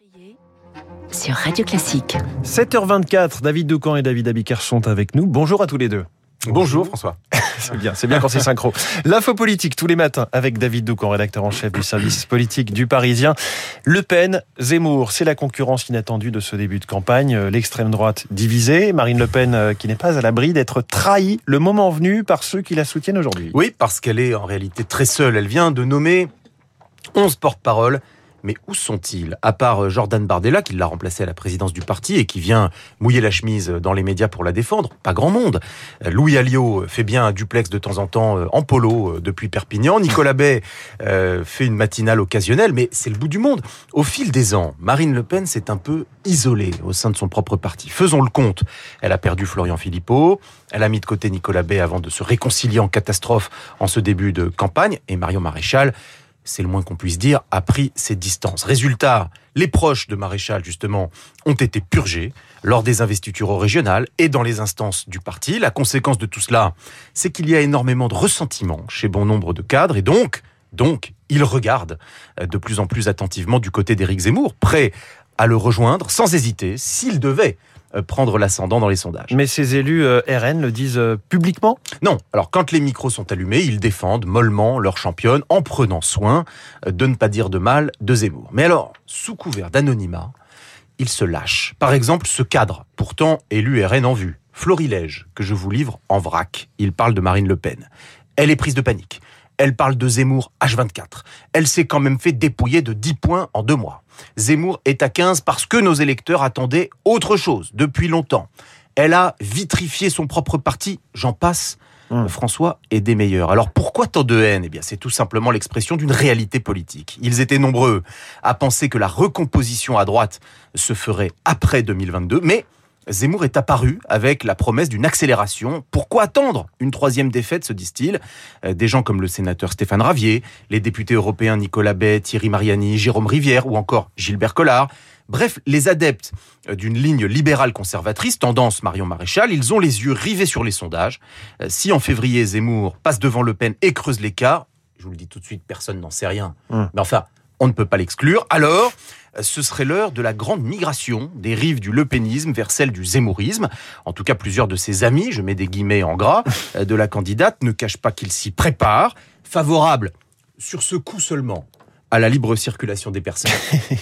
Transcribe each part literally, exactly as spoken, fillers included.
Sur Radio Classique. sept heures vingt-quatre, David Doucan et David Abiker sont avec nous. Bonjour à tous les deux. Bonjour François. C'est bien, c'est bien quand c'est synchro. L'info politique tous les matins avec David Doucan, rédacteur en chef du service politique du Parisien. Le Pen, Zemmour, c'est la concurrence inattendue de ce début de campagne. L'extrême droite divisée, Marine Le Pen qui n'est pas à l'abri d'être trahie le moment venu par ceux qui la soutiennent aujourd'hui. Oui, parce qu'elle est en réalité très seule. Elle vient de nommer onze porte-paroles. Mais où sont-ils? À part Jordan Bardella, qui l'a remplacé à la présidence du parti et qui vient mouiller la chemise dans les médias pour la défendre, pas grand monde. Louis Alliot fait bien un duplex de temps en temps en polo depuis Perpignan. Nicolas Bay euh, fait une matinale occasionnelle, mais c'est le bout du monde. Au fil des ans, Marine Le Pen s'est un peu isolée au sein de son propre parti. Faisons le compte. Elle a perdu Florian Philippot, elle a mis de côté Nicolas Bay avant de se réconcilier en catastrophe en ce début de campagne, et Marion Maréchal, c'est le moins qu'on puisse dire, a pris ses distances. Résultat, les proches de Maréchal, justement, ont été purgés lors des investitures régionales et dans les instances du parti. La conséquence de tout cela, c'est qu'il y a énormément de ressentiment chez bon nombre de cadres et donc, donc, ils regardent de plus en plus attentivement du côté d'Éric Zemmour, prêt à le rejoindre sans hésiter s'il devait prendre l'ascendant dans les sondages. Mais ces élus euh, R N le disent euh, publiquement ? Non. Alors, quand les micros sont allumés, ils défendent mollement leur championne en prenant soin de ne pas dire de mal de Zemmour. Mais alors, sous couvert d'anonymat, ils se lâchent. Par exemple, ce cadre, pourtant élu R N en vue, Florilège, que je vous livre en vrac. Il parle de Marine Le Pen. Elle est prise de panique. Elle parle de Zemmour H vingt-quatre. Elle s'est quand même fait dépouiller de dix points en deux mois. Zemmour est à quinze parce que nos électeurs attendaient autre chose depuis longtemps. Elle a vitrifié son propre parti, j'en passe. Mmh. François est des meilleurs. Alors pourquoi tant de haine ? Eh bien, c'est tout simplement l'expression d'une réalité politique. Ils étaient nombreux à penser que la recomposition à droite se ferait après deux mille vingt-deux, mais Zemmour est apparu avec la promesse d'une accélération. Pourquoi attendre une troisième défaite, se disent-ils ? Des gens comme le sénateur Stéphane Ravier, les députés européens Nicolas Bay, Thierry Mariani, Jérôme Rivière ou encore Gilbert Collard. Bref, les adeptes d'une ligne libérale conservatrice, tendance Marion Maréchal, ils ont les yeux rivés sur les sondages. Si en février, Zemmour passe devant Le Pen et creuse l'écart, je vous le dis tout de suite, personne n'en sait rien. Mmh. Mais enfin, on ne peut pas l'exclure. Alors, ce serait l'heure de la grande migration des rives du lepénisme vers celle du zemmourisme. En tout cas, plusieurs de ses amis, je mets des guillemets en gras, de la candidate ne cachent pas qu'ils s'y préparent, favorables, sur ce coup seulement, à la libre circulation des personnes.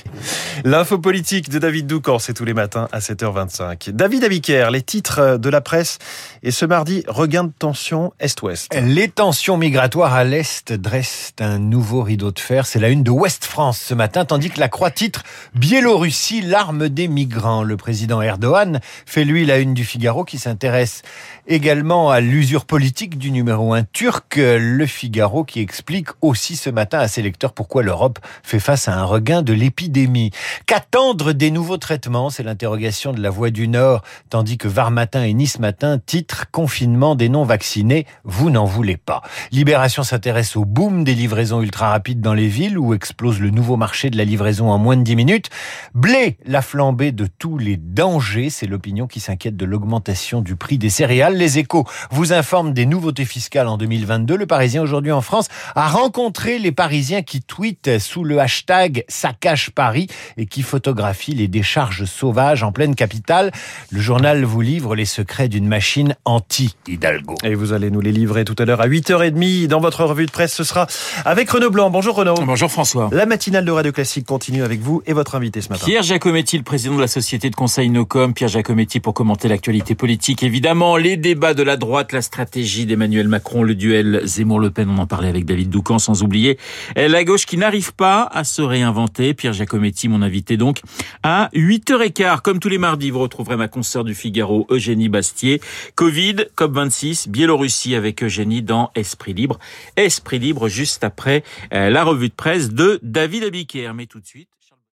L'info politique de David Doucan, c'est tous les matins à sept heures vingt-cinq. David Abiker, les titres de la presse. Et ce mardi, regain de tension Est-Ouest. Les tensions migratoires à l'Est dressent un nouveau rideau de fer. C'est la une de Ouest France ce matin, tandis que la Croix titre « Biélorussie, l'arme des migrants ». Le président Erdogan fait lui la une du Figaro qui s'intéresse également à l'usure politique du numéro un turc. Le Figaro qui explique aussi ce matin à ses lecteurs pourquoi l'Europe fait face à un regain de l'épidémie. Qu'attendre des nouveaux traitements ? C'est l'interrogation de la Voix du Nord, tandis que Var Matin et Nice Matin titrent « Confinement des non-vaccinés, vous n'en voulez pas ». Libération s'intéresse au boom des livraisons ultra rapides dans les villes où explose le nouveau marché de la livraison en moins de dix minutes. Blé, la flambée de tous les dangers, c'est l'opinion qui s'inquiète de l'augmentation du prix des céréales. Les Échos vous informent des nouveautés fiscales en deux mille vingt-deux. Le Parisien aujourd'hui en France a rencontré les Parisiens qui tweetent sous le hashtag Saccage Paris et qui photographient les décharges sauvages en pleine capitale. Le journal vous livre les secrets d'une machine anti-Hidalgo. Et vous allez nous les livrer tout à l'heure à huit heures trente dans votre revue de presse. Ce sera avec Renaud Blanc. Bonjour Renaud. Bonjour François. La matinale de Radio Classique continue avec vous et votre invité ce matin. Pierre Giacometti, le président de la société de conseil Nocom. Pierre Giacometti pour commenter l'actualité politique. Évidemment, les débats de la droite, la stratégie d'Emmanuel Macron, le duel Zemmour-Le Pen. On en parlait avec David Doucan, sans oublier la gauche qui n'arrive pas à se réinventer. Pierre Giacometti, mon invité donc, à huit heures quinze. Comme tous les mardis, vous retrouverez ma consoeur du Figaro, Eugénie Bastier. Covid, C O P vingt-six, Biélorussie avec Eugénie dans Esprit Libre. Esprit Libre juste après la revue de presse de David Abiker. Mais tout de suite...